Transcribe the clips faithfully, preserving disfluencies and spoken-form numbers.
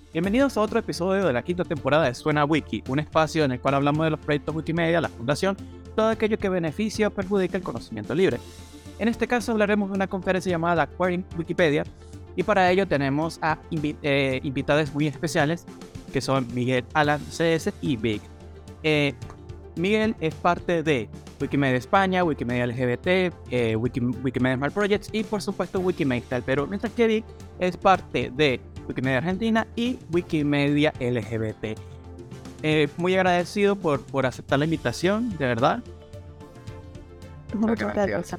Bienvenidos a otro episodio de la quinta temporada de Suena Wiki, un espacio en el cual hablamos de los proyectos Wikimedia, la fundación, todo aquello que beneficia o perjudica el conocimiento libre. En este caso hablaremos de una conferencia llamada Acquiring Wikipedia, y para ello tenemos a invi- eh, invitados muy especiales, que son Miguel, Alan, C S y Vic. Eh, Miguel es parte de Wikimedia España, Wikimedia L G B T, eh, Wiki, Wikimedia Smart Projects y por supuesto Wikimedia, pero mientras que Vic es parte de Wikimedia Argentina y Wikimedia L G B T. Eh, muy agradecido por, por aceptar la invitación, de verdad. Muchas gracias.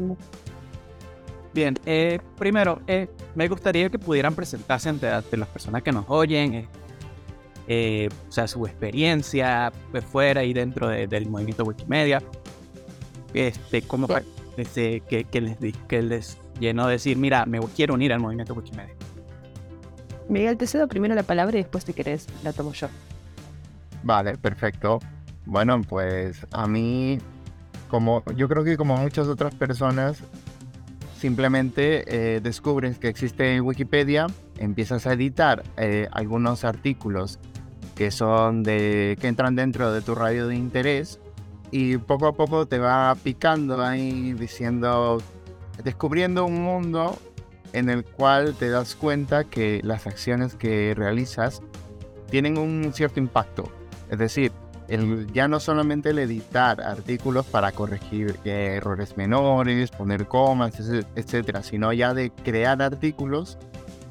Bien, eh, primero, eh, me gustaría que pudieran presentarse ante, ante las personas que nos oyen, eh, eh, o sea, su experiencia pues, fuera y dentro de, del movimiento Wikimedia. Este, cómo fue desde que, que, les, que les llenó decir, mira, me quiero unir al movimiento Wikimedia. Miguel, te cedo primero la palabra y después, si querés, la tomo yo. Vale, perfecto. Bueno, pues a mí, como yo creo que como muchas otras personas, simplemente eh, descubres que existe Wikipedia, empiezas a editar eh, algunos artículos que son de que entran dentro de tu radio de interés y poco a poco te va picando ahí diciendo, descubriendo un mundo en el cual te das cuenta que las acciones que realizas tienen un cierto impacto. Es decir, el, ya no solamente el editar artículos para corregir eh, errores menores, poner comas, etcétera, sino ya de crear artículos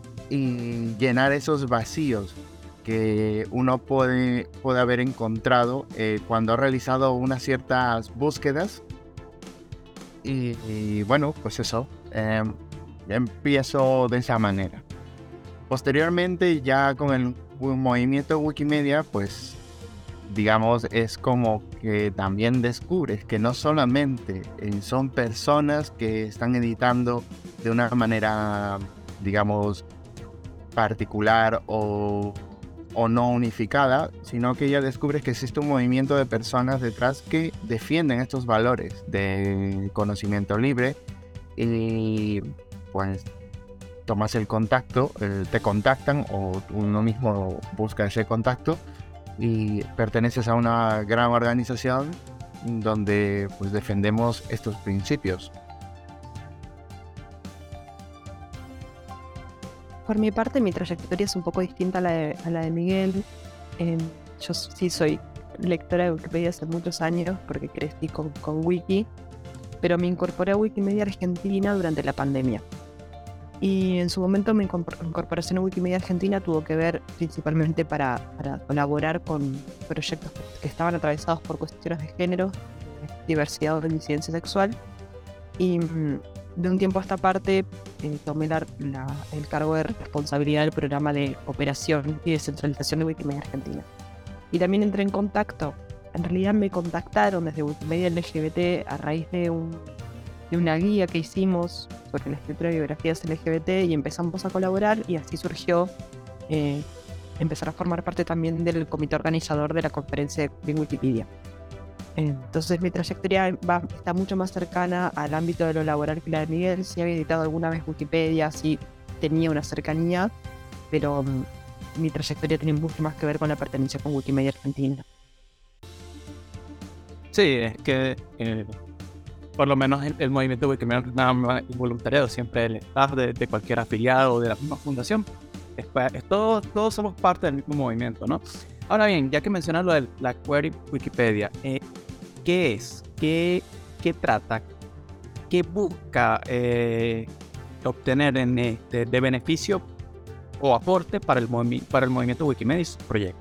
y llenar esos vacíos que uno puede, puede haber encontrado eh, cuando ha realizado unas ciertas búsquedas. Y, y bueno, pues eso, eh, empiezo de esa manera. Posteriormente, ya con el movimiento Wikimedia, pues digamos, es como que también descubres que no solamente eh, son personas que están editando de una manera, digamos, particular o, o no unificada, sino que ya descubres que existe un movimiento de personas detrás que defienden estos valores de conocimiento libre y pues tomas el contacto, eh, te contactan o uno mismo busca ese contacto y perteneces a una gran organización donde pues defendemos estos principios. Por mi parte, mi trayectoria es un poco distinta a la de, a la de Miguel. Eh, yo sí soy lectora de Wikipedia hace muchos años porque crecí con, con Wiki, pero me incorporé a Wikimedia Argentina durante la pandemia. Y en su momento mi incorporación a Wikimedia Argentina tuvo que ver principalmente para, para colaborar con proyectos que estaban atravesados por cuestiones de género, diversidad o disidencia sexual. Y de un tiempo a esta parte eh, tomé la, la, el cargo de responsabilidad del programa de operación y descentralización de Wikimedia Argentina. Y también entré en contacto, en realidad me contactaron desde Wikimedia L G B T a raíz de un... de una guía que hicimos sobre la escritura de biografías L G B T y empezamos a colaborar y así surgió eh, empezar a formar parte también del comité organizador de la conferencia de Wikipedia. Entonces mi trayectoria va, está mucho más cercana al ámbito de lo laboral que la de Miguel. Sí había editado alguna vez Wikipedia, sí tenía una cercanía, pero um, mi trayectoria tiene mucho más que ver con la pertenencia con Wikimedia Argentina. Sí, es que... Eh... por lo menos el, el movimiento Wikimedia nada más involuntariado, siempre el staff de, de cualquier afiliado de la misma fundación, es, es, todos, todos somos parte del mismo movimiento, ¿no? Ahora bien, ya que mencionas lo de la Query Wikipedia, eh, ¿qué es? ¿Qué, qué trata? ¿Qué busca eh, obtener en, eh, de, de beneficio o aporte para el, movi- para el movimiento Wikimedia y su proyecto?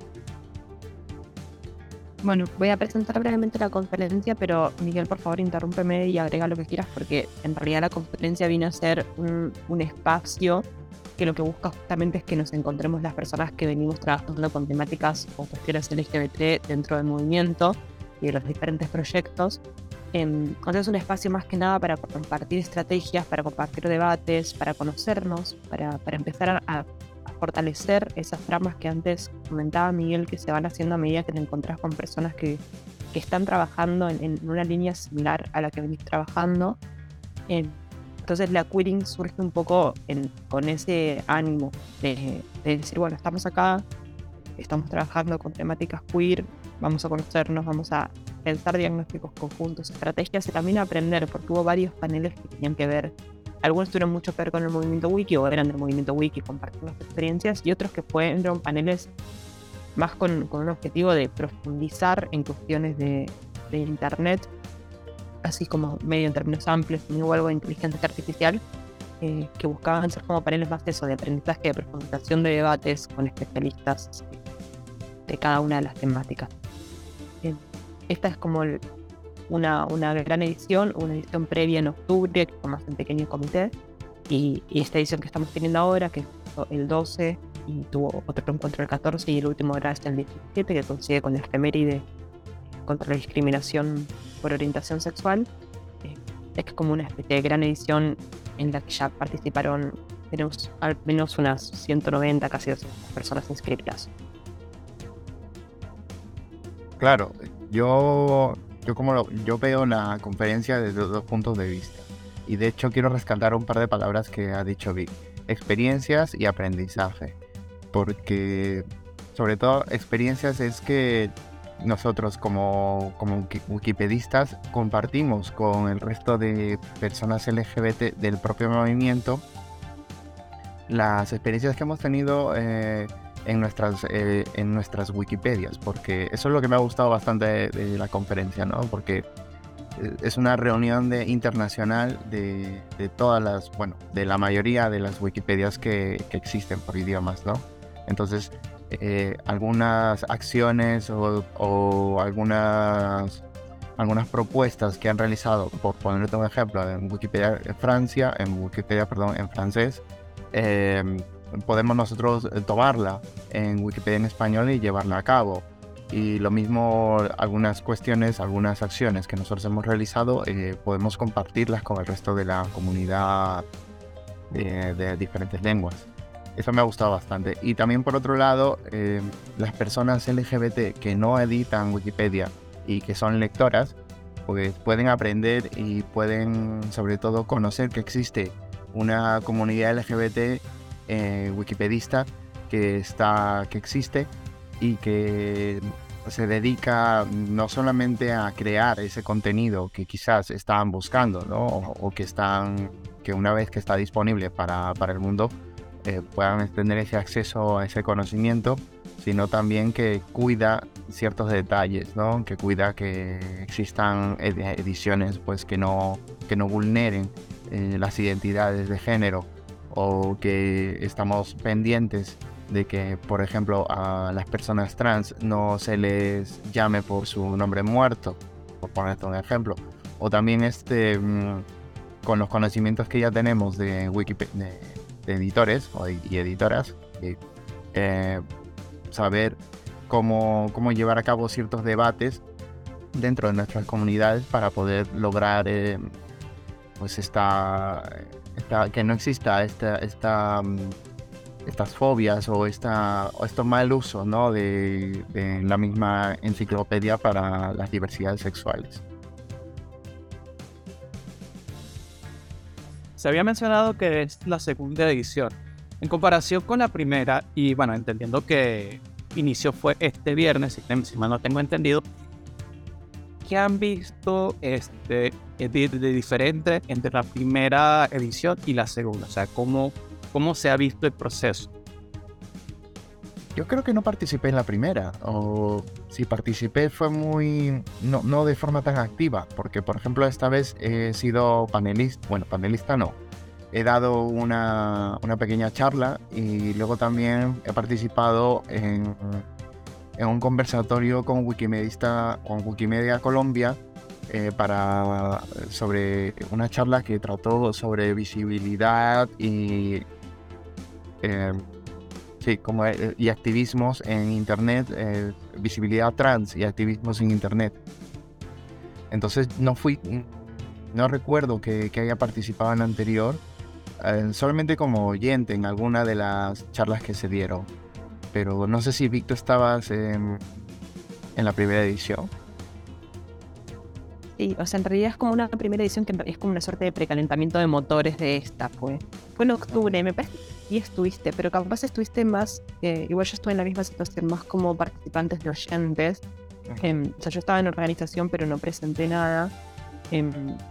Bueno, voy a presentar brevemente la conferencia, pero Miguel, por favor, interrúmpeme y agrega lo que quieras, porque en realidad la conferencia viene a ser un, un espacio que lo que busca justamente es que nos encontremos las personas que venimos trabajando con temáticas o cuestiones L G B T dentro del movimiento y de los diferentes proyectos. Entonces es un espacio más que nada para compartir estrategias, para compartir debates, para conocernos, para, para empezar a, a fortalecer esas tramas que antes comentaba Miguel, que se van haciendo a medida que te encontrás con personas que, que están trabajando en, en una línea similar a la que venís trabajando. Eh, Entonces la queering surge un poco en, con ese ánimo de, de decir, bueno, estamos acá, estamos trabajando con temáticas queer, vamos a conocernos, vamos a pensar diagnósticos conjuntos, estrategias y también aprender, porque hubo varios paneles que tenían que ver, algunos tuvieron mucho que ver con el movimiento wiki o eran del movimiento wiki, compartiendo las experiencias, y otros que fueron paneles más con, con un objetivo de profundizar en cuestiones de, de internet, así como medio en términos amplios, o algo de inteligencia artificial, eh, que buscaban ser como paneles más eso, de aprendizaje, de profundización de debates con especialistas de cada una de las temáticas. Eh, esta es como el, una, una gran edición, una edición previa en octubre, que fue más en pequeño comité, y, y esta edición que estamos teniendo ahora, que es el doce, y tuvo otro encuentro el catorce, y el último era hasta el diecisiete, que coincide con la efeméride contra la discriminación por orientación sexual. Eh, es como una especie de gran edición en la que ya participaron, tenemos al menos unas ciento noventa, casi doscientas personas inscritas. Claro, yo, yo, como lo, yo veo la conferencia desde dos puntos de vista. Y de hecho quiero rescatar un par de palabras que ha dicho Vic. Experiencias y aprendizaje. Porque sobre todo experiencias es que nosotros como, como wikipedistas compartimos con el resto de personas L G B T del propio movimiento las experiencias que hemos tenido eh, en, nuestras, eh, en nuestras Wikipedias, porque eso es lo que me ha gustado bastante de, de la conferencia, ¿no? Porque es una reunión de, internacional de, de todas las, bueno, de la mayoría de las Wikipedias que, que existen por idiomas, ¿no? Entonces, Eh, algunas acciones o, o algunas, algunas propuestas que han realizado, por ponerte un ejemplo, en Wikipedia en Francia, en Wikipedia, perdón, en francés, eh, podemos nosotros tomarla en Wikipedia en español y llevarla a cabo. Y lo mismo, algunas cuestiones, algunas acciones que nosotros hemos realizado, eh, podemos compartirlas con el resto de la comunidad de, de diferentes lenguas. Eso me ha gustado bastante. Y también, por otro lado, eh, las personas L G B T que no editan Wikipedia y que son lectoras, pues pueden aprender y pueden, sobre todo, conocer que existe una comunidad L G B T eh, wikipedista que, está, que existe y que se dedica no solamente a crear ese contenido que quizás están buscando, ¿no? o, o que, están, que una vez que está disponible para, para el mundo, Eh, puedan tener ese acceso a ese conocimiento, sino también que cuida ciertos detalles, ¿no? Que cuida que existan ed- ediciones pues, que, no, que no vulneren eh, las identidades de género, o que estamos pendientes de que, por ejemplo, a las personas trans no se les llame por su nombre muerto, por ponerte un ejemplo. O también este, mmm, con los conocimientos que ya tenemos de Wikipedia, de editores y editoras, eh, eh, saber cómo, cómo llevar a cabo ciertos debates dentro de nuestras comunidades para poder lograr eh, pues esta, esta, que no exista esta, esta, estas fobias o, esta, o estos mal usos, ¿no? de, de la misma enciclopedia para las diversidades sexuales. Se había mencionado que es la segunda edición. En comparación con la primera, y bueno, entendiendo que inicio fue este viernes, si mal no tengo entendido, ¿qué han visto este, de, de diferente entre la primera edición y la segunda? O sea, ¿cómo, cómo se ha visto el proceso? Yo creo que no participé en la primera, o si participé fue muy, no, no de forma tan activa, porque por ejemplo esta vez he sido panelista, bueno, panelista no, he dado una, una pequeña charla y luego también he participado en, en un conversatorio con Wikimedista, con Wikimedia Colombia, eh, para, sobre una charla que trató sobre visibilidad y... Eh, Sí, como, eh, y activismos en internet, eh, visibilidad trans y activismos en internet. Entonces no fui, no recuerdo que, que haya participado en la anterior, eh, solamente como oyente en alguna de las charlas que se dieron. Pero no sé si Víctor estabas en, en la primera edición. Sí, o sea, en realidad es como una primera edición que en realidad es como una suerte de precalentamiento de motores de esta, fue. Fue en octubre, me parece que sí estuviste, pero capaz estuviste más, eh, igual yo estuve en la misma situación, más como participantes de oyentes. Eh, o sea, yo estaba en organización, pero no presenté nada. Eh,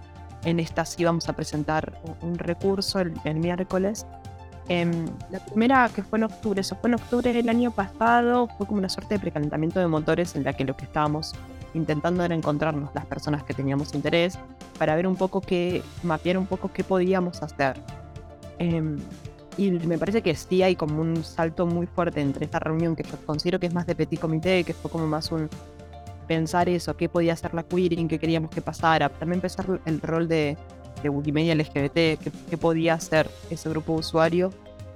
en esta sí vamos a presentar un, un recurso el, el miércoles. Eh, la primera que fue en octubre, eso fue en octubre del año pasado, fue como una suerte de precalentamiento de motores en la que lo que estábamos intentando era encontrarnos las personas que teníamos interés para ver un poco qué, mapear un poco qué podíamos hacer. Eh, y me parece que sí hay como un salto muy fuerte entre esta reunión que yo considero que es más de petit comité, que fue como más un pensar eso, qué podía hacer la queering, qué queríamos que pasara, también pensar el rol de, de Wikimedia L G B T, qué, qué podía hacer ese grupo de, usuario,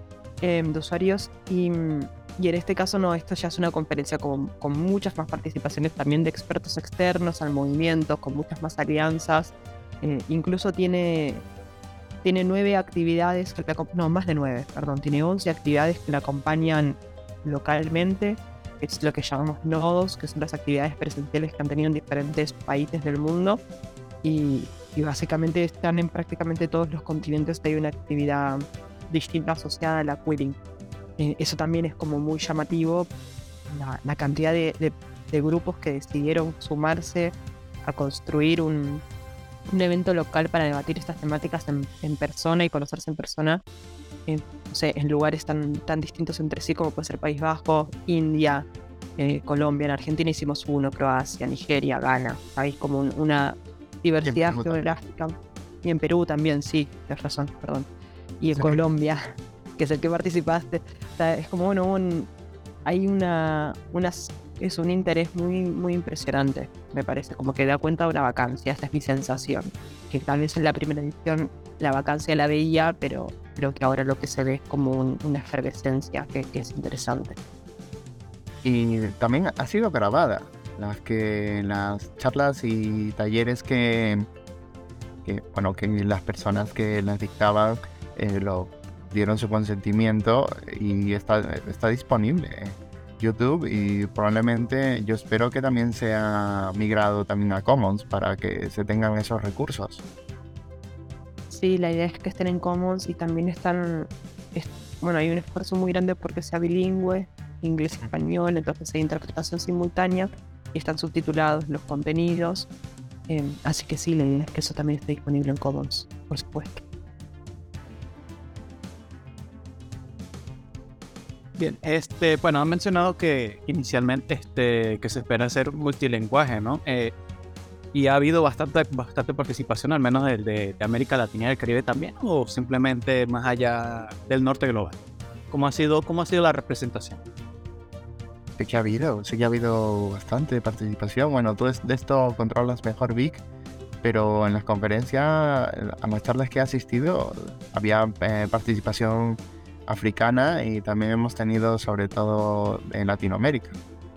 eh, de usuarios y... Y en este caso no, esto ya es una conferencia con, con muchas más participaciones también de expertos externos al movimiento, con muchas más alianzas. Eh, incluso tiene, tiene nueve actividades, que la, no, más de nueve, perdón, tiene once actividades que la acompañan localmente, que es lo que llamamos nodos, que son las actividades presenciales que han tenido en diferentes países del mundo. Y, y básicamente están en prácticamente todos los continentes, hay una actividad distinta asociada a la queering. Eh, eso también es como muy llamativo, la, la cantidad de, de, de grupos que decidieron sumarse a construir un, un evento local para debatir estas temáticas en, en persona y conocerse en persona, eh, no sé, en lugares tan, tan distintos entre sí como puede ser País Vasco, India, eh, Colombia. En Argentina hicimos uno, Croacia, Nigeria, Ghana, ¿sabéis? Como un, una diversidad geográfica. Y en Perú también, sí, tienes razón, perdón. Y en sí. Colombia, que es el que participaste. O sea, es como, bueno, un, hay una, unas, es un interés muy, muy impresionante, me parece, como que da cuenta de una vacancia, esa es mi sensación, que tal vez en la primera edición la vacancia la veía, pero creo que ahora lo que se ve es como un, una efervescencia que, que es interesante. Y también ha sido grabada, las que las charlas y talleres que, que bueno, que las personas que las dictaban eh, lo dieron su consentimiento y está, está disponible en YouTube y probablemente yo espero que también sea migrado también a Commons para que se tengan esos recursos. Sí, la idea es que estén en Commons y también están, es, bueno, hay un esfuerzo muy grande porque sea bilingüe, inglés-español, entonces hay interpretación simultánea y están subtitulados los contenidos, eh, así que sí, la idea es que eso también esté disponible en Commons, por supuesto. Bien, este, bueno, han mencionado que inicialmente este, que se espera ser multilingüaje, ¿no? Eh, y ha habido bastante, bastante participación, al menos de, de, de América Latina y del Caribe también, o simplemente más allá del norte global. ¿Cómo ha sido, cómo ha sido la representación? Sí que ha habido, sí que ha habido bastante participación. Bueno, tú de esto controlas mejor, Vic, pero en las conferencias, a las charlas que he asistido, había eh, participación africana y también hemos tenido sobre todo en Latinoamérica.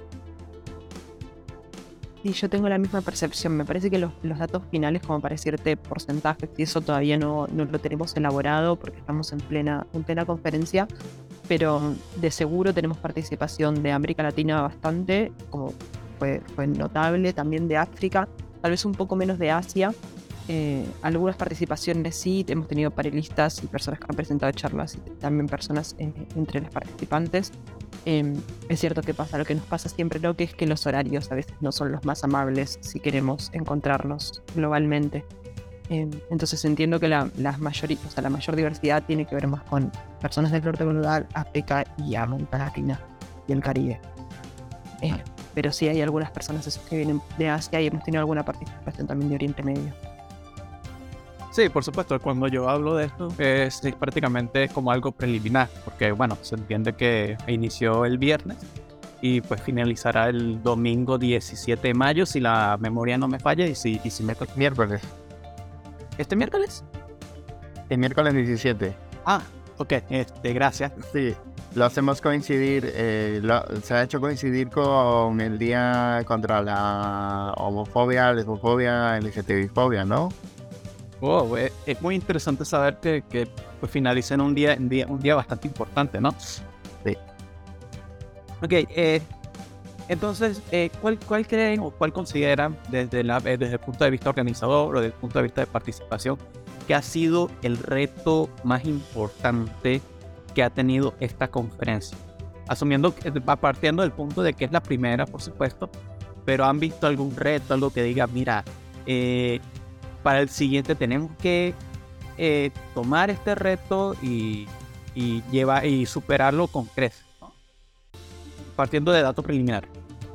Sí, yo tengo la misma percepción. Me parece que los, los datos finales, como para decirte porcentajes, y eso todavía no, no lo tenemos elaborado porque estamos en plena, en plena conferencia, pero de seguro tenemos participación de América Latina bastante, como fue, fue notable, también de África, tal vez un poco menos de Asia. Eh, algunas participaciones sí, hemos tenido panelistas y personas que han presentado charlas y también personas eh, entre los participantes. Eh, es cierto que pasa lo que nos pasa siempre, lo que es que los horarios a veces no son los más amables si queremos encontrarnos globalmente. Eh, entonces entiendo que la, la, mayor, o sea, la mayor diversidad tiene que ver más con personas del norte global, África y América Latina y el Caribe. Eh, pero sí hay algunas personas esos que vienen de Asia y hemos tenido alguna participación también de Oriente Medio. Sí, por supuesto, cuando yo hablo de esto es, es prácticamente como algo preliminar, porque bueno, se entiende que inició el viernes y pues finalizará el domingo diecisiete de mayo, si la memoria no me falla y si, y si me... Miércoles. ¿Este miércoles? El miércoles diecisiete. Ah, ok, este, gracias. Sí, lo hacemos coincidir, eh, lo, se ha hecho coincidir con el día contra la homofobia, lesbofobia, L G T B fobia, ¿no? Wow, es, es muy interesante saber que, que pues, finaliza en un día, un día, un día bastante importante, ¿no? Sí. Ok, eh, Entonces, eh, ¿cuál, ¿cuál creen o cuál consideran desde, la, eh, desde el punto de vista organizador o desde el punto de vista de participación que ha sido el reto más importante que ha tenido esta conferencia? Asumiendo, que- partiendo del punto de que es la primera, por supuesto, pero ¿han visto algún reto, algo que diga, mira, eh, para el siguiente tenemos que eh, tomar este reto y, y, llevar, y superarlo con creces, ¿no? Partiendo de datos preliminares.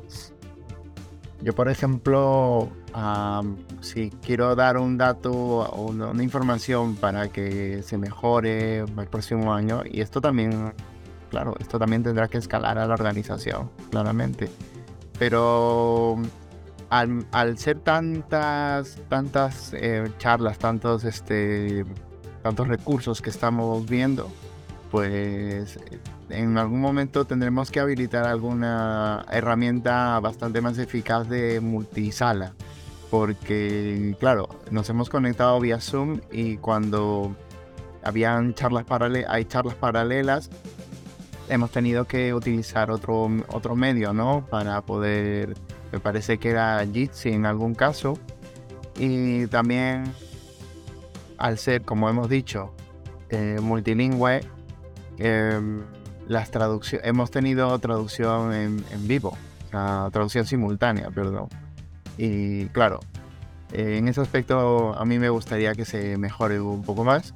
Yo, por ejemplo, am, si quiero dar un dato o una, una información para que se mejore el próximo año, y esto también, claro, esto también tendrá que escalar a la organización, claramente. Pero al, al ser tantas, tantas eh, charlas, tantos, este, tantos recursos que estamos viendo, pues en algún momento tendremos que habilitar alguna herramienta bastante más eficaz de multisala, porque claro, nos hemos conectado vía Zoom y cuando habían charlas parale- hay charlas paralelas, hemos tenido que utilizar otro, otro medio, ¿no? Para poder, me parece que era Jitsi en algún caso, y también al ser, como hemos dicho, eh, multilingüe, eh, las traducciones, hemos tenido traducción en, en vivo, o sea, traducción simultánea, perdón. Y claro, eh, en ese aspecto a mí me gustaría que se mejore un poco más.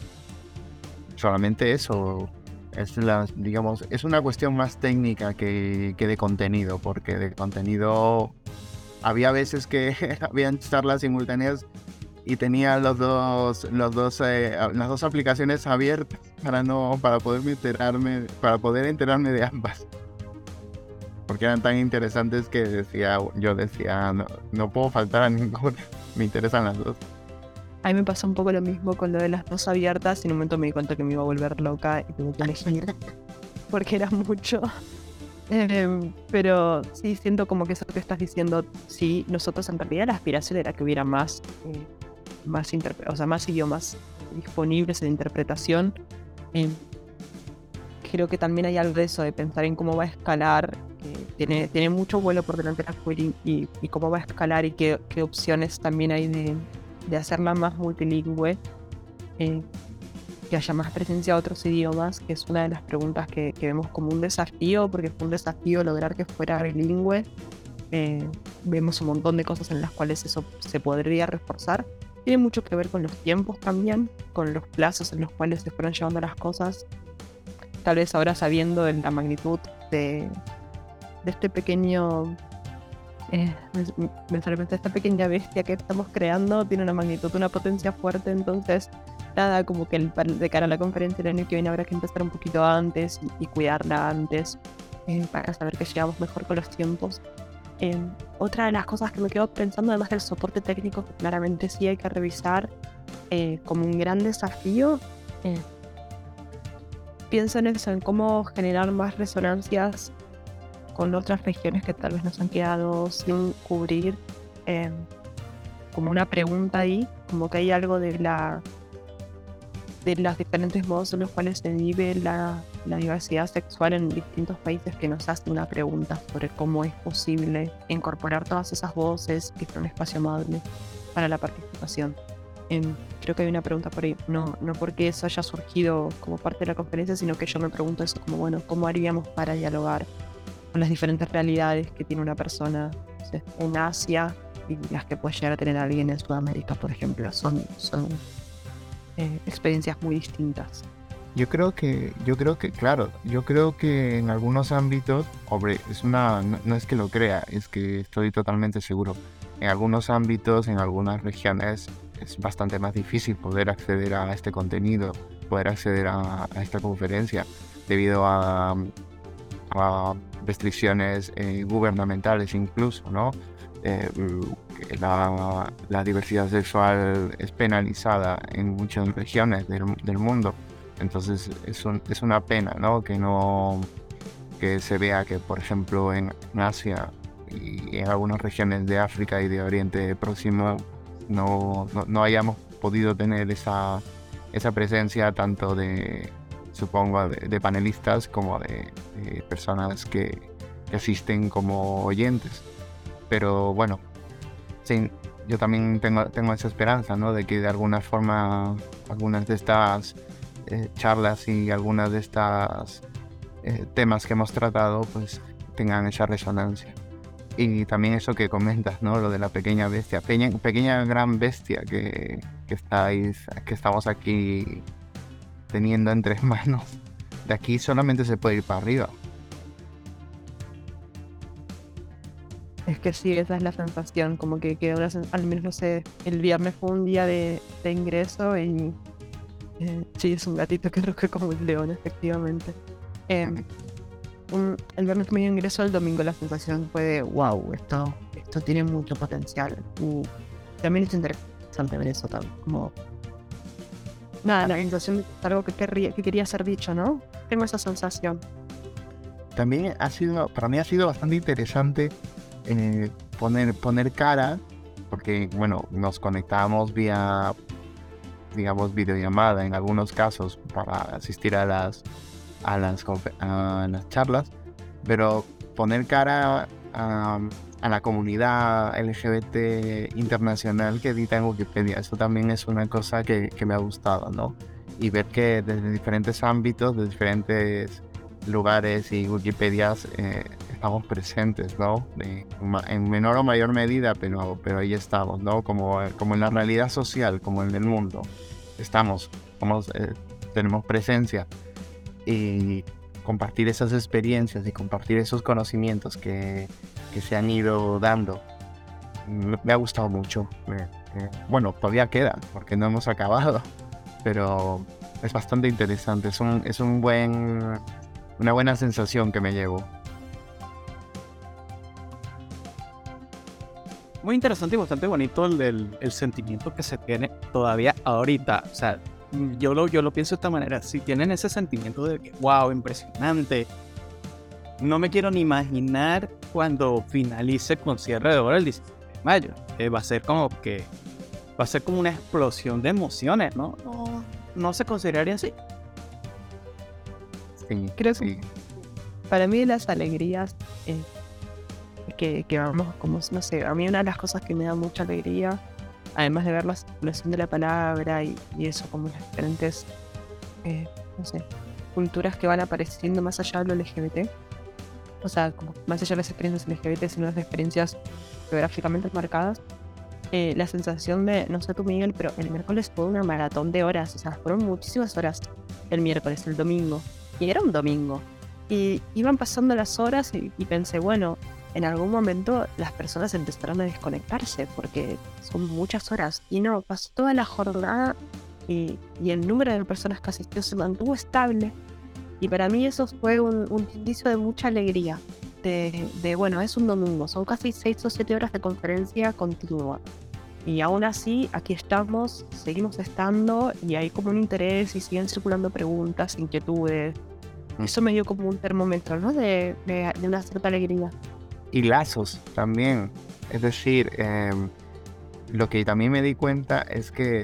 Solamente eso, es la, digamos, es una cuestión más técnica que, que de contenido, porque de contenido había veces que habían charlas simultáneas y tenía los dos, los dos, eh, las dos aplicaciones abiertas para no, para poderme enterarme, para poder enterarme de ambas, porque eran tan interesantes que decía, yo decía, no, no puedo faltar a ninguna, me interesan las dos. A mí me pasó un poco lo mismo con lo de las dos abiertas y en un momento me di cuenta que me iba a volver loca y tuve que elegir porque era mucho. Eh, pero sí, siento como que eso que estás diciendo, sí, nosotros en realidad la aspiración era que hubiera más, eh, más, interpre- o sea, más idiomas disponibles en interpretación. Eh, creo que también hay algo de eso, de pensar en cómo va a escalar. eh, tiene, tiene mucho vuelo por delante la Query y, y cómo va a escalar y qué, qué opciones también hay de, de hacerla más multilingüe. Eh, que haya más presencia de otros idiomas, que es una de las preguntas que, que vemos como un desafío, porque fue un desafío lograr que fuera bilingüe. Eh, vemos un montón de cosas en las cuales eso se podría reforzar. Tiene mucho que ver con los tiempos también, con los plazos en los cuales se fueron llevando las cosas. Tal vez ahora sabiendo de la magnitud de, de este pequeño... Eh, mentalmente esta pequeña bestia que estamos creando tiene una magnitud, una potencia fuerte, entonces nada, como que el, de cara a la conferencia el año que viene habrá que empezar un poquito antes y, y cuidarla antes eh, para saber que llegamos mejor con los tiempos. Eh, otra de las cosas que me quedo pensando, además del soporte técnico, que claramente sí hay que revisar eh, como un gran desafío, eh, pienso en eso, en cómo generar más resonancias con otras regiones que tal vez nos han quedado sin cubrir, eh, como una pregunta ahí, como que hay algo de la de los diferentes modos en los cuales se vive la, la diversidad sexual en distintos países que nos hace una pregunta sobre cómo es posible incorporar todas esas voces y crear un espacio amable para la participación. Eh, creo que hay una pregunta por ahí, no, no porque eso haya surgido como parte de la conferencia, sino que yo me pregunto eso como, bueno, ¿cómo haríamos para dialogar con las diferentes realidades que tiene una persona, no sé, en Asia y las que puede llegar a tener alguien en Sudamérica, por ejemplo? Son, son eh, experiencias muy distintas. Yo creo que, yo creo que, claro, yo creo que en algunos ámbitos, hombre, es una, no, no es que lo crea, es que estoy totalmente seguro. En algunos ámbitos, en algunas regiones, es bastante más difícil poder acceder a este contenido, poder acceder a, a esta conferencia, debido a, a restricciones eh, gubernamentales incluso, ¿no? Eh, la, la diversidad sexual es penalizada en muchas regiones del, del mundo. Entonces es, un, es una pena, ¿no? Que no que se vea que, por ejemplo, en Asia y en algunas regiones de África y de Oriente Próximo no, no, no hayamos podido tener esa, esa presencia tanto de, supongo, de, de panelistas como de, de personas que, que asisten como oyentes. Pero bueno, sí, yo también tengo, tengo esa esperanza, ¿no? De que de alguna forma algunas de estas eh, charlas y algunas de estas eh, temas que hemos tratado pues tengan esa resonancia. Y también eso que comentas, ¿no? Lo de la pequeña bestia, pequeña, pequeña gran bestia que, que estáis, que estamos aquí teniendo entre manos. De aquí solamente se puede ir para arriba. Es que sí, esa es la sensación, como que quedó una sen- al menos no sé, el viernes fue un día de, de ingreso y eh, sí, es un gatito que ruge como un león, efectivamente. Eh, un- el viernes que me dio ingreso, el domingo la sensación fue de wow, esto, esto tiene mucho potencial. Y también es interesante ver eso también, como nada, la sensación de que es algo que, querría, que quería ser dicho, ¿no? Tengo esa sensación. También ha sido, para mí ha sido bastante interesante eh, poner, poner cara, porque bueno, nos conectábamos vía, digamos, videollamada en algunos casos para asistir a las, a las, confe- a las charlas, pero poner cara a, a la comunidad L G B T internacional que edita en Wikipedia, eso también es una cosa que, que me ha gustado, ¿no? Y ver que desde diferentes ámbitos, de diferentes lugares y Wikipedias eh, estamos presentes, ¿no? De- ma- en menor o mayor medida, pero, pero ahí estamos, ¿no? Como, como en la realidad social, como en el mundo. Estamos, somos, eh, tenemos presencia. Y compartir esas experiencias y compartir esos conocimientos que, que se han ido dando, me, me ha gustado mucho. Me- eh, bueno, todavía queda, porque no hemos acabado, pero es bastante interesante. Es un, es un buen, una buena sensación que me llevo. Muy interesante y bastante bonito el, el, el sentimiento que se tiene todavía ahorita. O sea, yo lo, yo lo pienso de esta manera. Si tienen ese sentimiento de que, wow, impresionante. No me quiero ni imaginar cuando finalice con cierre de hora el diecisiete de mayo. Eh, va a ser como que, va a ser como una explosión de emociones, ¿no? No, no se consideraría así. Sí, Creo que sí. para mí las alegrías eh, que, que vamos, como no sé, a mí una de las cosas que me da mucha alegría, además de ver la circulación de la palabra y, y eso, como las diferentes, eh, no sé, culturas que van apareciendo más allá de lo L G B T, o sea, como más allá de las experiencias L G B T, sino las experiencias geográficamente marcadas, eh, la sensación de, no sé tú Miguel, pero el miércoles fue una maratón de horas, o sea, fueron muchísimas horas el miércoles, el domingo, y era un domingo. Y iban pasando las horas y, y pensé, bueno, en algún momento las personas empezaron a desconectarse porque son muchas horas. Y no, pasó toda la jornada y, y el número de personas que asistió se mantuvo estable. Y para mí eso fue un, un indicio de mucha alegría. De, de, bueno, es un domingo, son casi seis o siete horas de conferencia continua. Y aún así, aquí estamos, seguimos estando y hay como un interés y siguen circulando preguntas, inquietudes. Eso me dio como un termómetro, ¿no? De, de, de una cierta alegría. Y lazos también. Es decir, eh, lo que también me di cuenta es que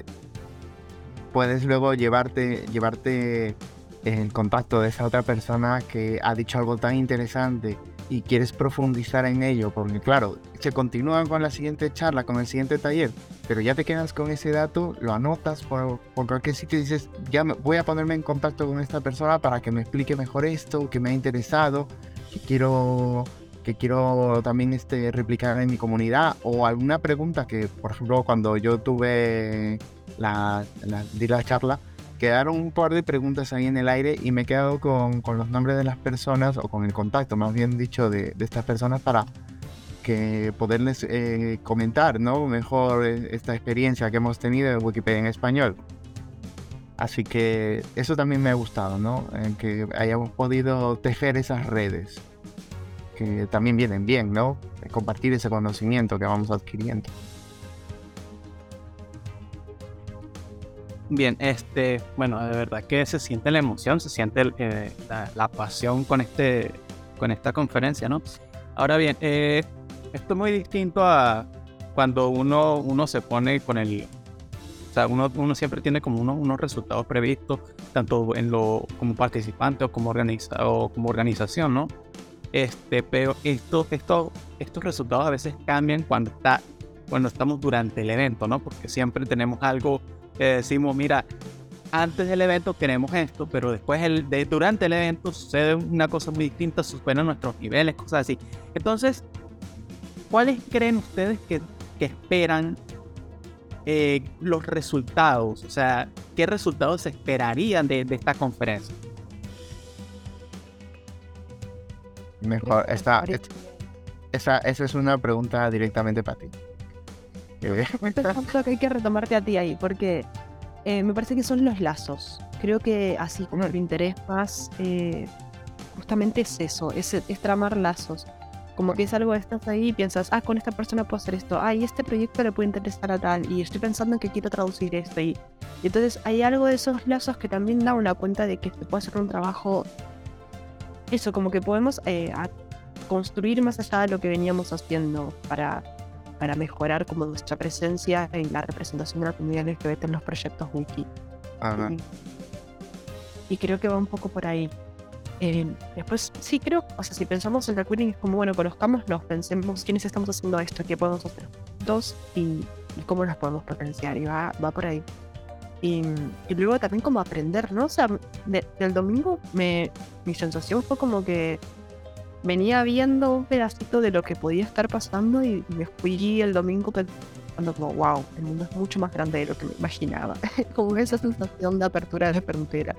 puedes luego llevarte, llevarte el contacto de esa otra persona que ha dicho algo tan interesante y quieres profundizar en ello, porque claro, se continúa con la siguiente charla, con el siguiente taller, pero ya te quedas con ese dato, lo anotas por, por cualquier sitio y dices, ya me, voy a ponerme en contacto con esta persona para que me explique mejor esto, que me ha interesado, que quiero, que quiero también este, replicar en mi comunidad, o alguna pregunta que, por ejemplo, cuando yo tuve la, la, di la charla, quedaron un par de preguntas ahí en el aire y me he quedado con, con los nombres de las personas, o con el contacto, más bien dicho, de, de estas personas para que poderles eh, comentar, ¿no? Mejor eh, esta experiencia que hemos tenido en Wikipedia en español. Así que eso también me ha gustado, ¿no? En que hayamos podido tejer esas redes, que también vienen bien, ¿no? Compartir ese conocimiento que vamos adquiriendo. Bien, este, bueno, de verdad que se siente la emoción, se siente el, eh, la, la pasión con este, con esta conferencia, ¿no? Ahora bien, eh, esto es muy distinto a cuando uno, uno se pone con el, o sea, uno, uno siempre tiene como unos, unos resultados previstos, tanto en lo como participante o como organiza, o como organización, ¿no? Este, pero esto, esto, estos resultados a veces cambian cuando, está, cuando estamos durante el evento, ¿no? Porque siempre tenemos algo que decimos, mira, antes del evento queremos esto, pero después el, de, durante el evento sucede una cosa muy distinta, superan nuestros niveles, cosas así. Entonces, ¿cuáles creen ustedes que, que esperan eh, los resultados? O sea, ¿qué resultados se esperarían de, de esta conferencia? Mejor, esta, esta, esa, esa es una pregunta directamente para ti. Creo que hay que retomarte a ti ahí, porque eh, me parece que son los lazos. Creo que así como el interés más, eh, justamente es eso, es, es tramar lazos. Como que es algo que estás ahí y piensas, ah, con esta persona puedo hacer esto, ah, y este proyecto le puede interesar a tal, y estoy pensando en que quiero traducir esto. Y, y entonces hay algo de esos lazos que también da una cuenta de que se puede hacer un trabajo, eso, como que podemos eh, a construir más allá de lo que veníamos haciendo para, para mejorar como nuestra presencia y la representación de la comunidad L G B T en los proyectos wiki. Ajá. Y, y creo que va un poco por ahí. Eh, después, sí, creo, o sea, si pensamos en el queering es como, bueno, conozcámoslos, pensemos quiénes estamos haciendo esto, qué podemos hacer dos y, y cómo los podemos potenciar, y va, va por ahí. Y, y luego también como aprender, ¿no? O sea, de, del domingo me, mi sensación fue como que venía viendo un pedacito de lo que podía estar pasando y me fui el domingo pensando como, wow, el mundo es mucho más grande de lo que me imaginaba. Como esa sensación de apertura de la frontera.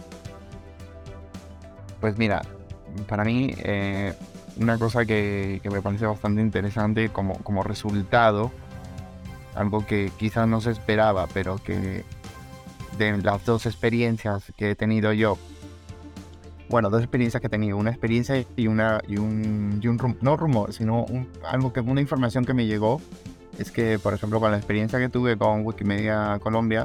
Pues mira, para mí eh, una cosa que, que me parece bastante interesante como, como resultado, algo que quizás no se esperaba, pero que de las dos experiencias que he tenido yo, bueno, dos experiencias que he tenido, una experiencia y una y un, y un rum, no rumor, sino un, algo que una información que me llegó, es que, por ejemplo, con la experiencia que tuve con Wikimedia Colombia,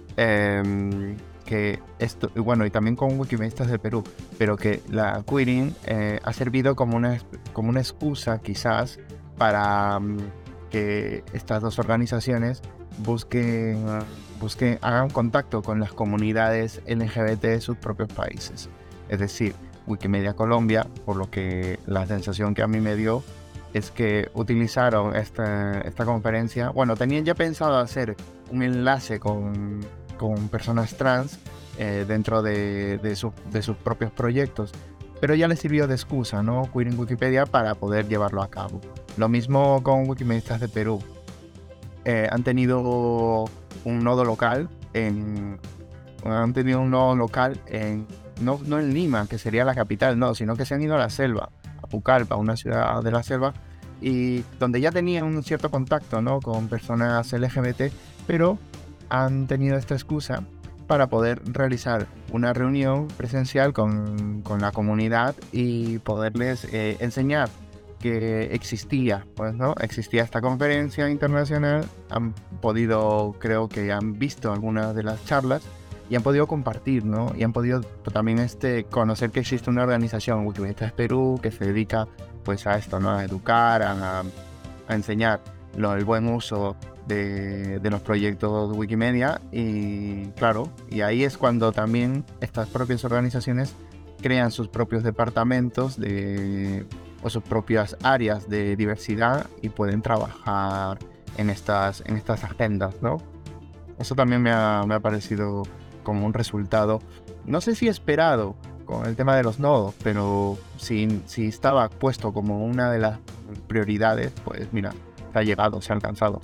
eh, que esto, bueno, y también con Wikimedistas de Perú, pero que la queering eh, ha servido como una, como una excusa quizás para um, que estas dos organizaciones busquen, uh, busquen, hagan contacto con las comunidades L G B T de sus propios países. Es decir, Wikimedia Colombia, por lo que la sensación que a mí me dio es que utilizaron esta, esta conferencia, bueno, tenían ya pensado hacer un enlace con con personas trans eh, dentro de, de, su, de sus propios proyectos, pero ya les sirvió de excusa, ¿no? Queering Wikipedia para poder llevarlo a cabo. Lo mismo con Wikimedistas de Perú. Eh, han tenido un nodo local en han tenido un nodo local en no, no en Lima, que sería la capital, no, sino que se han ido a la selva, a Pucallpa, una ciudad de la selva, y donde ya tenían un cierto contacto, ¿no? Con personas L G B T, pero han tenido esta excusa para poder realizar una reunión presencial con, con la comunidad y poderles eh, enseñar que existía, pues, ¿no? Existía esta conferencia internacional, han podido, creo que han visto algunas de las charlas y han podido compartir, ¿no? Y han podido también este, conocer que existe una organización, Wikimedistas Perú, que se dedica pues a esto, ¿no? A educar, a, a enseñar lo, el buen uso De, de los proyectos Wikimedia, y claro, y ahí es cuando también estas propias organizaciones crean sus propios departamentos de, o sus propias áreas de diversidad y pueden trabajar en estas, en estas agendas, ¿no? Eso también me ha, me ha parecido como un resultado, no sé si esperado con el tema de los nodos, pero si, si estaba puesto como una de las prioridades, pues mira, se ha llegado, se ha alcanzado.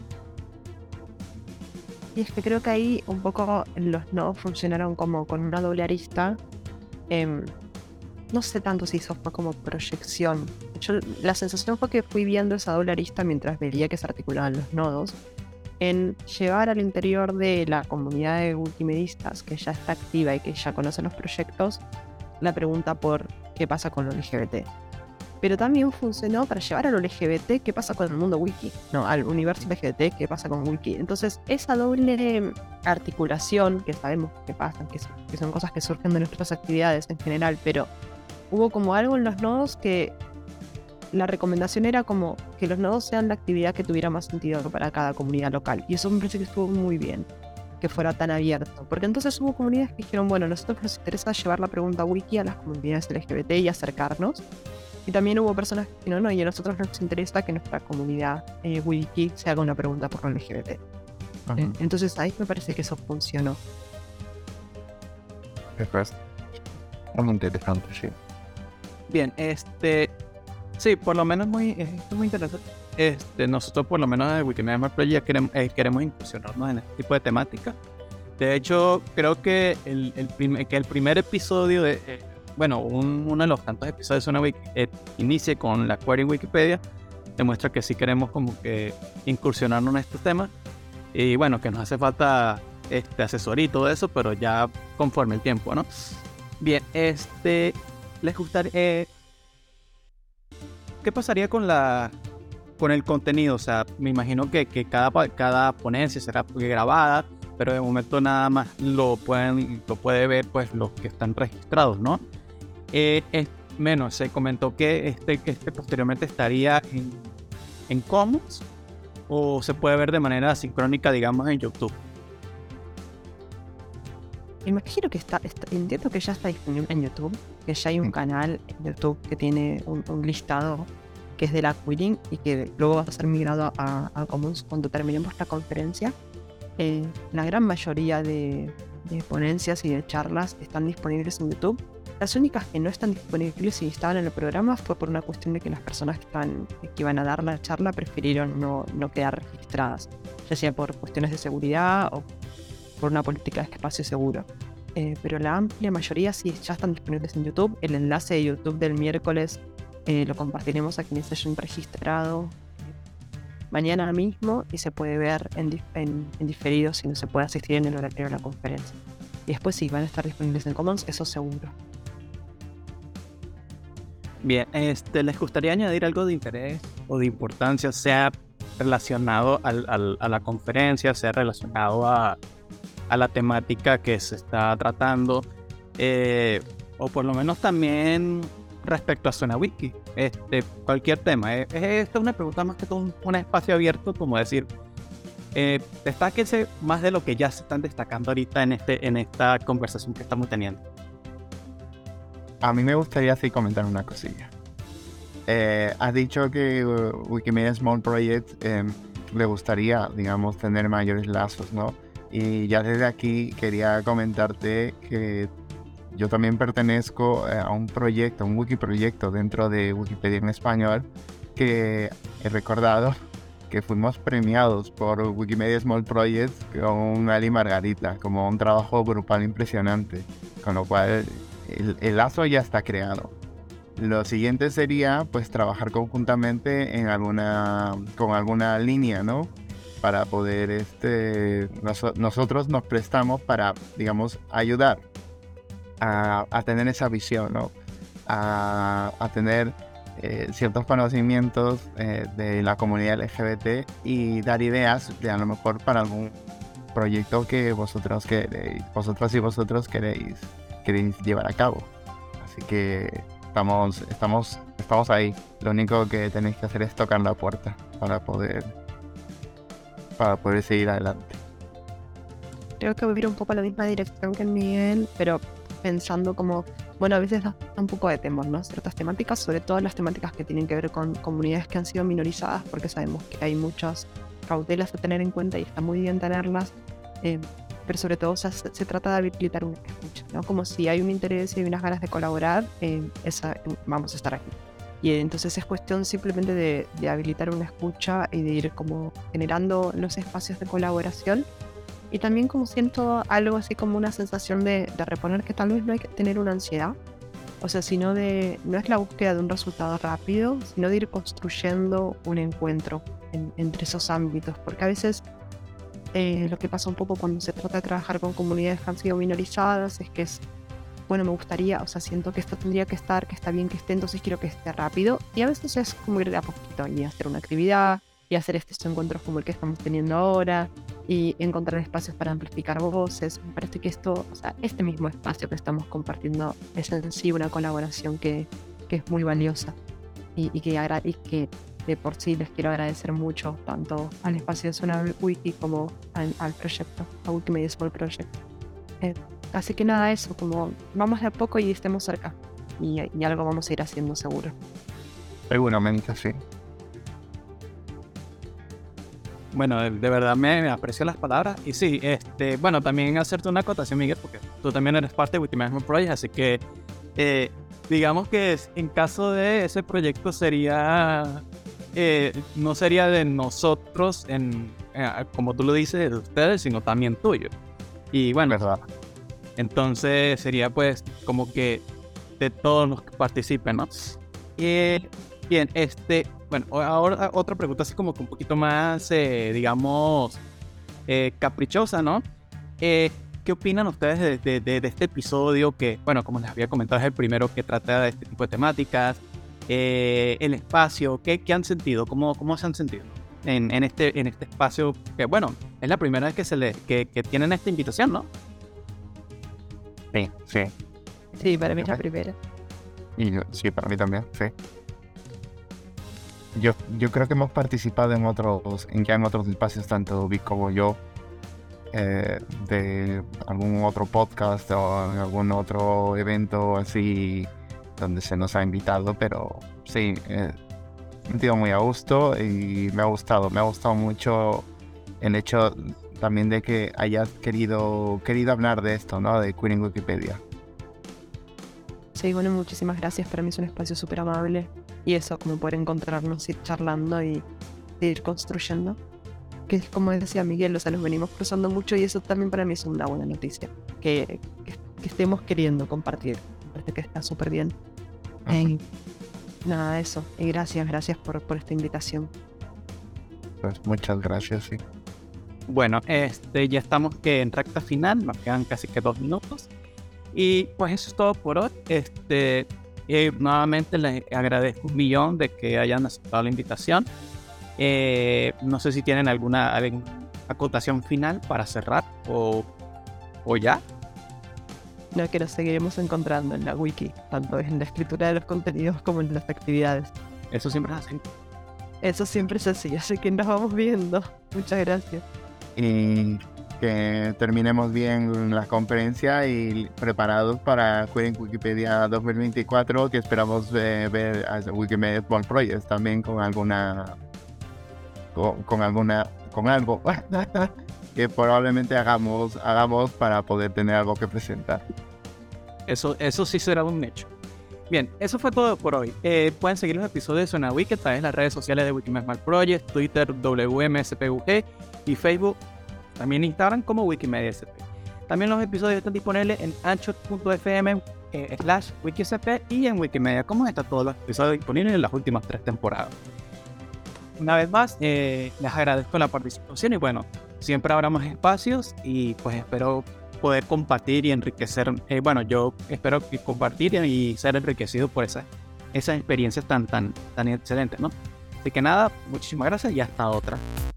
Y es que creo que ahí un poco los nodos funcionaron como con una doble arista. Eh, no sé tanto si eso fue como proyección. Yo, la sensación fue que fui viendo esa doble arista mientras veía que se articulaban los nodos, en llevar al interior de la comunidad de wikimedistas que ya está activa y que ya conoce los proyectos, la pregunta por qué pasa con lo L G B T. Pero también funcionó para llevar a lo L G B T qué pasa con el mundo wiki, no, al universo L G B T qué pasa con wiki. Entonces esa doble articulación que sabemos que pasa, que son, que son cosas que surgen de nuestras actividades en general, pero hubo como algo en los nodos que la recomendación era como que los nodos sean la actividad que tuviera más sentido para cada comunidad local, y eso me parece que estuvo muy bien que fuera tan abierto, porque entonces hubo comunidades que dijeron, bueno, a nosotros nos interesa llevar la pregunta wiki a las comunidades L G B T y acercarnos. Y también hubo personas que no, no, y a nosotros nos interesa que nuestra comunidad eh, wiki se haga una pregunta por lo L G B T. Ajá. Eh, entonces ahí me parece que eso funcionó. Después, es muy interesante, sí. Bien, este... Sí, por lo menos muy, eh, esto es muy interesante. Este, nosotros por lo menos en Wikimedia Small Project queremos, eh, queremos incursionarnos en este tipo de temática. De hecho, creo que el, el, prim que el primer episodio de... Eh, bueno, un, uno de los tantos episodios de Zona Wiki eh, inicie con la query en Wikipedia. Demuestra que sí queremos como que incursionarnos en estos temas. Y bueno, que nos hace falta este, asesoría y todo eso, pero ya conforme el tiempo, ¿no? Bien, este... Les gustaría... Eh, ¿Qué pasaría con la con el contenido? O sea, me imagino que, que cada, cada ponencia será grabada, pero de momento nada más lo pueden lo puede ver pues los que están registrados, ¿no? Eh, es, menos, se comentó que este, que este posteriormente estaría en, en Commons o se puede ver de manera sincrónica, digamos, en YouTube. Me imagino que está, está, entiendo que ya está disponible en YouTube, que ya hay un canal en YouTube que tiene un, un listado que es de la querying y que luego va a ser migrado a, a Commons cuando terminemos la conferencia. Eh, la gran mayoría de, de ponencias y de charlas están disponibles en YouTube. Las únicas que no están disponibles y estaban en el programa fue por una cuestión de que las personas que, están, que iban a dar la charla prefirieron no, no quedar registradas, ya sea por cuestiones de seguridad o por una política de espacio seguro. Eh, pero la amplia mayoría sí ya están disponibles en YouTube. El enlace de YouTube del miércoles eh, lo compartiremos a quienes hayan registrado mañana mismo y se puede ver en, dif en, en diferido si no se puede asistir en el horario de la conferencia. Y después sí, van a estar disponibles en Commons, eso seguro. Bien, este, ¿les gustaría añadir algo de interés o de importancia, sea relacionado al, al, a la conferencia, sea relacionado a, a la temática que se está tratando, eh, o por lo menos también respecto a Zona Wiki, este, cualquier tema? Eh, esta es una pregunta más que todo un, un espacio abierto, como decir, eh, destáquense más de lo que ya se están destacando ahorita en, este, en esta conversación que estamos teniendo. A mí me gustaría así comentar una cosilla. Eh, has dicho que uh, Wikimedia Small Project eh, le gustaría, digamos, tener mayores lazos, ¿no? Y ya desde aquí quería comentarte que yo también pertenezco a un proyecto, un wiki proyecto dentro de Wikipedia en español, que he recordado que fuimos premiados por Wikimedia Small Project con Ali Margarita, como un trabajo grupal impresionante, con lo cual el, el lazo ya está creado. Lo siguiente sería pues trabajar conjuntamente en alguna, con alguna línea, ¿no? Para poder, este, nos, nosotros nos prestamos para, digamos, ayudar a, a tener esa visión, ¿no? A, a tener eh, ciertos conocimientos eh, de la comunidad L G B T y dar ideas de a lo mejor para algún proyecto que vosotros queréis, vosotros y vosotros queréis, queréis llevar a cabo. Así que estamos, estamos, estamos ahí. Lo único que tenéis que hacer es tocar la puerta para poder, para poder seguir adelante. Creo que voy a ir un poco a la misma dirección que Miguel, pero pensando como, bueno, a veces da un poco de temor, ¿no? Ciertas temáticas, sobre todo las temáticas que tienen que ver con comunidades que han sido minorizadas, porque sabemos que hay muchas cautelas a tener en cuenta y está muy bien tenerlas, eh, pero sobre todo o sea, se, se trata de habilitar una escucha, ¿no? Como si hay un interés y hay unas ganas de colaborar, eh, esa, vamos a estar aquí. Y entonces es cuestión simplemente de, de habilitar una escucha y de ir como generando los espacios de colaboración. Y también como siento algo así como una sensación de, de reponer que tal vez no hay que tener una ansiedad. O sea, sino de, no es la búsqueda de un resultado rápido, sino de ir construyendo un encuentro en, entre esos ámbitos. Porque a veces eh, lo que pasa un poco cuando se trata de trabajar con comunidades que han sido minorizadas es que es, bueno, me gustaría, o sea, siento que esto tendría que estar, que está bien que esté, entonces quiero que esté rápido. Y a veces es como ir de a poquito y hacer una actividad y hacer estos encuentros como el que estamos teniendo ahora y encontrar espacios para amplificar voces. Me parece que esto, o sea, este mismo espacio que estamos compartiendo es en sí una colaboración que, que es muy valiosa y, y, que agra y que de por sí les quiero agradecer mucho tanto al espacio de Zona Wiki como al, al proyecto, a Wikimedia Small Project. Eh, así que nada, eso, como vamos de a poco y estemos cerca y, y algo vamos a ir haciendo seguro. Seguramente sí. Bueno, de, de verdad me, me aprecio las palabras. Y sí, este, bueno, también hacerte una acotación, Miguel, porque tú también eres parte de Wikimedia Project, así que eh, digamos que es- en caso de ese proyecto sería, eh, no sería de nosotros, en, eh, como tú lo dices, de ustedes, sino también tuyo. Y bueno, ¿Verdad? entonces sería pues como que de todos los que participen, ¿no? Eh, bien, este, bueno, o- ahora otra pregunta así como que un poquito más, eh, digamos, eh, caprichosa, ¿no? Eh, ¿qué opinan ustedes de, de- de- de este episodio que, bueno, como les había comentado, es el primero que trata de este tipo de temáticas? Eh, el espacio, ¿qué, qué han sentido? ¿Cómo, cómo se han sentido en, en este, en este espacio? Que, bueno, es la primera vez que, se le, que, que tienen esta invitación, ¿no? Sí, sí. Sí, para mí es la Ajá. primera. Y yo- sí, para mí también, sí. Yo, yo creo que hemos participado en otros, en ya en otros espacios, tanto Vic como yo, eh, de algún otro podcast o en algún otro evento así donde se nos ha invitado, pero sí, eh, me he sentido muy a gusto y me ha gustado, me ha gustado mucho el hecho también de que hayas querido, querido hablar de esto, ¿no? De Queer en Wikipedia. Sí, bueno, muchísimas gracias. Para mí es un espacio súper amable. Y eso, como poder encontrarnos, ir charlando y ir construyendo. Que es como decía Miguel, o sea, nos venimos cruzando mucho y eso también para mí es una buena noticia. Que, que, que estemos queriendo compartir. Me parece que está súper bien. Ajá. Eh, nada, eso. Y gracias, gracias por, por esta invitación. Pues muchas gracias, sí. Bueno, este, ya estamos que en recta final, nos quedan casi que dos minutos. Y pues eso es todo por hoy. Este, eh, nuevamente les agradezco un millón de que hayan aceptado la invitación. Eh, no sé si tienen alguna, alguna acotación final para cerrar o, o ya. No, que nos seguiremos encontrando en la wiki, tanto en la escritura de los contenidos como en las actividades. Eso siempre es así. Eso siempre es así, así que nos vamos viendo. Muchas gracias. Y que terminemos bien la conferencia y preparados para Queer en Wikipedia dos mil veinticuatro, que esperamos eh, ver a Wikimedia Small Projects también con alguna con, con alguna con algo que probablemente hagamos hagamos para poder tener algo que presentar. Eso, eso sí será un hecho. Bien, eso fue todo por hoy. Eh, pueden seguir los episodios de Suena Wiki a través de las redes sociales de Wikimedia Small Project, Twitter W M S P U G y Facebook, también Instagram como Wikimedia S P. También los episodios están disponibles en anchor punto f m eh, slash wikisp y en Wikimedia Commons están todos los episodios disponibles en las últimas tres temporadas. Una vez más, eh, les agradezco la participación y bueno, siempre habrá más espacios y pues espero poder compartir y enriquecer, eh, bueno, yo espero que compartir y ser enriquecido por esas, esas experiencias tan, tan, tan excelentes, ¿no? Así que nada, muchísimas gracias y hasta otra.